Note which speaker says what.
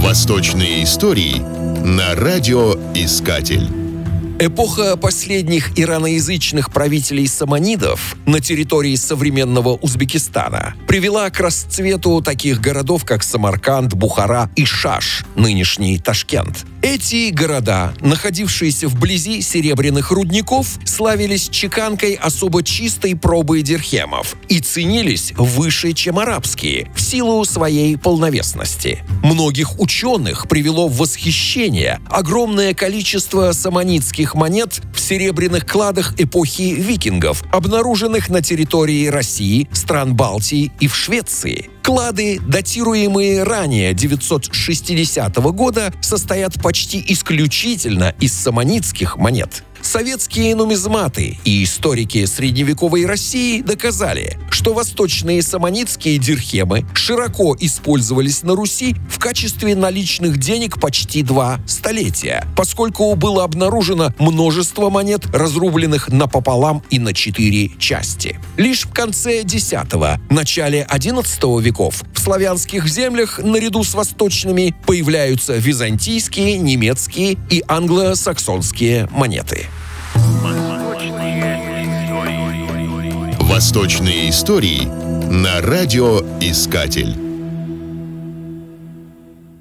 Speaker 1: Восточные истории на радиоискатель.
Speaker 2: Эпоха последних ираноязычных правителей саманидов на территории современного Узбекистана привела к расцвету таких городов, как Самарканд, Бухара и Шаш, нынешний Ташкент. Эти города, находившиеся вблизи серебряных рудников, славились чеканкой особо чистой пробы дирхемов и ценились выше, чем арабские, в силу своей полновесности. Многих ученых привело в восхищение огромное количество саманидских монет в серебряных кладах эпохи викингов, обнаруженных на территории России, стран Балтии и в Швеции. Клады, датируемые ранее 960 года, состоят почти исключительно из саманидских монет. Советские нумизматы и историки средневековой России доказали, что восточные саманидские дирхемы широко использовались на Руси в качестве наличных денег почти 2 столетия, поскольку было обнаружено множество монет, разрубленных напополам и на 4 части. Лишь в конце X – начале XI веков в славянских землях наряду с восточными появляются византийские, немецкие и англосаксонские монеты.
Speaker 1: Восточные истории на радиоискатель.